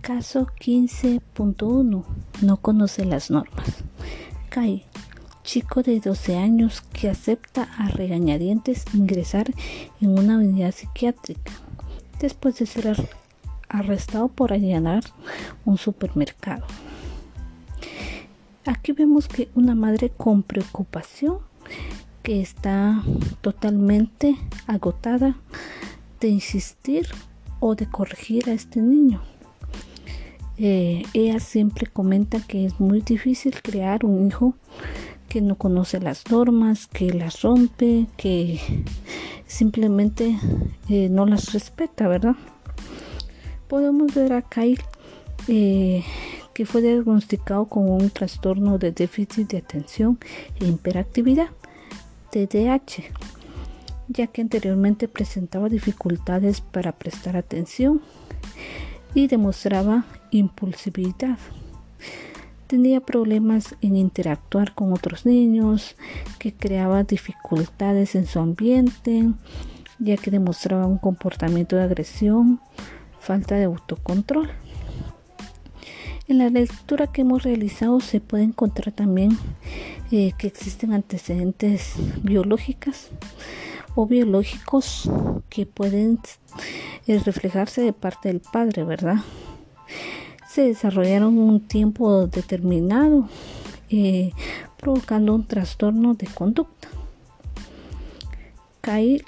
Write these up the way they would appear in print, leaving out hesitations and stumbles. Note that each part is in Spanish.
Caso 15.1. No conoce las normas. Kai, chico de 12 años que acepta a regañadientes ingresar en una unidad psiquiátrica después de ser arrestado por allanar un supermercado. Aquí vemos que una madre con preocupación que está totalmente agotada de insistir o de corregir a este niño. Ella siempre comenta que es muy difícil crear un hijo que no conoce las normas, que las rompe, que simplemente no las respeta, ¿verdad? Podemos ver a Kyle que fue diagnosticado con un trastorno de déficit de atención e hiperactividad, TDAH, ya que anteriormente presentaba dificultades para prestar atención y demostraba impulsividad. Tenía problemas en interactuar con otros niños, que creaba dificultades en su ambiente, ya que demostraba un comportamiento de agresión, falta de autocontrol. En la lectura que hemos realizado se puede encontrar también que existen antecedentes biológicos que pueden reflejarse de parte del padre, ¿verdad? Se desarrollaron un tiempo determinado, provocando un trastorno de conducta. Kyle,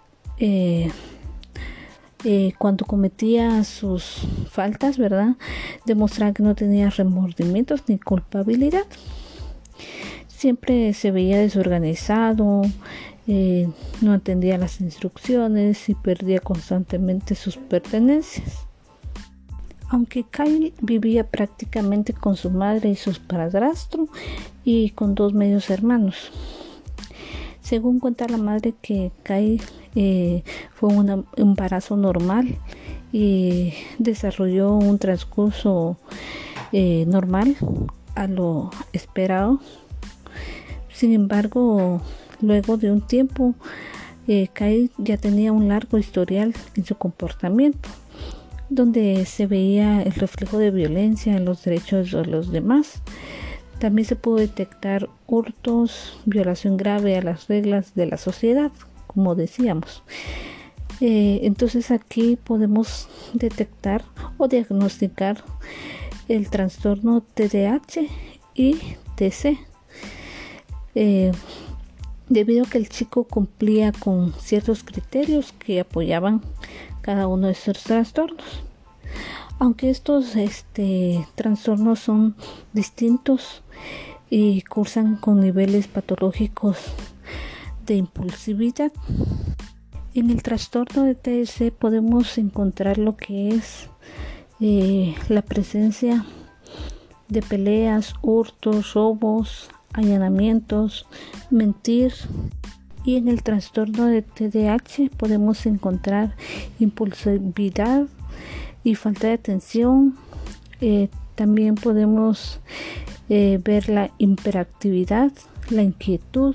cuando cometía sus faltas, ¿verdad?, demostraba que no tenía remordimientos ni culpabilidad. Siempre se veía desorganizado, no atendía las instrucciones y perdía constantemente sus pertenencias. Aunque Kyle vivía prácticamente con su madre y sus padrastros y con 2 medios hermanos. Según cuenta la madre, que Kyle fue un embarazo normal y desarrolló un transcurso normal a lo esperado. Sin embargo, luego de un tiempo, Kyle ya tenía un largo historial en su comportamiento, donde se veía el reflejo de violencia en los derechos de los demás. También se pudo detectar hurtos, violación grave a las reglas de la sociedad, como decíamos. Entonces aquí podemos detectar o diagnosticar el trastorno TDAH y TC. Debido a que el chico cumplía con ciertos criterios que apoyaban cada uno de estos trastornos. Aunque estos trastornos son distintos y cursan con niveles patológicos de impulsividad. En el trastorno de TC podemos encontrar lo que es la presencia de peleas, hurtos, robos, allanamientos, mentir. Y en el trastorno de TDAH podemos encontrar impulsividad y falta de atención. También podemos ver la hiperactividad, la inquietud.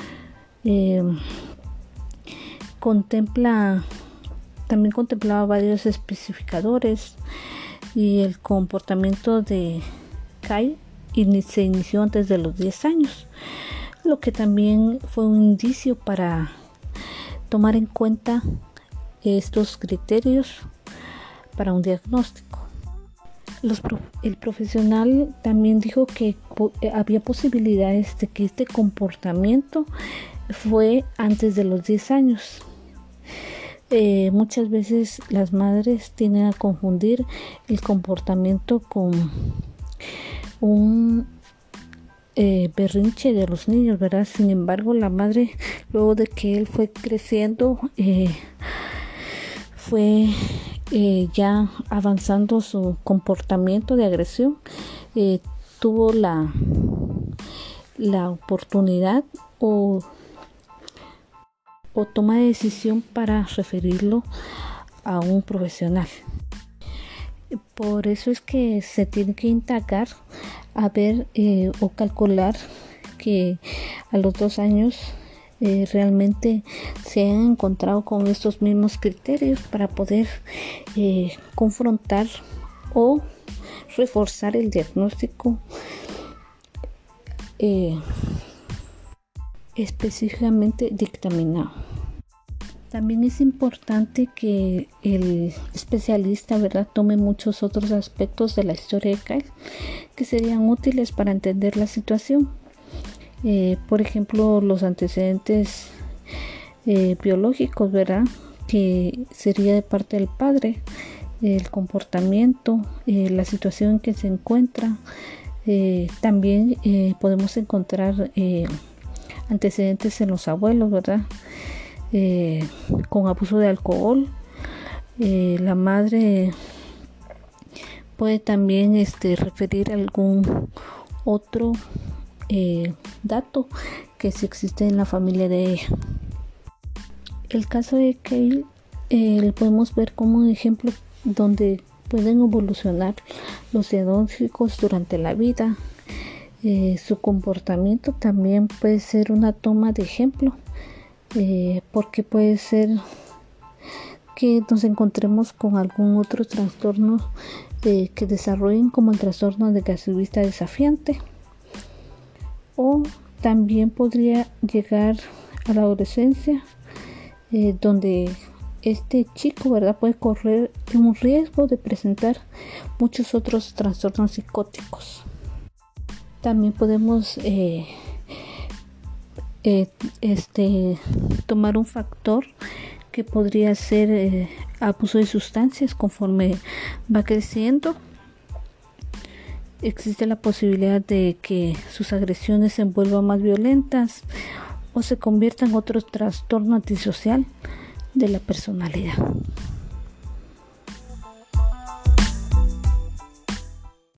También contemplaba varios especificadores, y el comportamiento de Kyle se inició antes de los 10 años, lo que también fue un indicio para tomar en cuenta estos criterios para un diagnóstico. El profesional también dijo que había posibilidades de que este comportamiento fue antes de los 10 años. Muchas veces las madres tienden a confundir el comportamiento con un berrinche de los niños, ¿verdad? Sin embargo, la madre, luego de que él fue creciendo, fue ya avanzando su comportamiento de agresión, tuvo la oportunidad o toma de decisión para referirlo a un profesional. Por eso es que se tiene que indagar a ver o calcular que a los 2 años realmente se han encontrado con estos mismos criterios para poder confrontar o reforzar el diagnóstico específicamente dictaminado. También es importante que el especialista, ¿verdad?, tome muchos otros aspectos de la historia de Kyle que serían útiles para entender la situación. Por ejemplo, los antecedentes biológicos, ¿verdad?, que sería de parte del padre, el comportamiento, la situación en que se encuentra. También podemos encontrar antecedentes en los abuelos, ¿verdad?, con abuso de alcohol. La madre puede también referir algún otro dato que sí existe en la familia de ella. El caso de Kyle lo podemos ver como un ejemplo donde pueden evolucionar los diagnósticos durante la vida. Su comportamiento también puede ser una toma de ejemplo, porque puede ser que nos encontremos con algún otro trastorno que desarrollen, como el trastorno negativista desafiante, o también podría llegar a la adolescencia, donde este chico, ¿verdad?, puede correr un riesgo de presentar muchos otros trastornos psicóticos. También podemos tomar un factor que podría ser abuso de sustancias. Conforme va creciendo, existe la posibilidad de que sus agresiones se vuelvan más violentas o se conviertan en otro trastorno antisocial de la personalidad.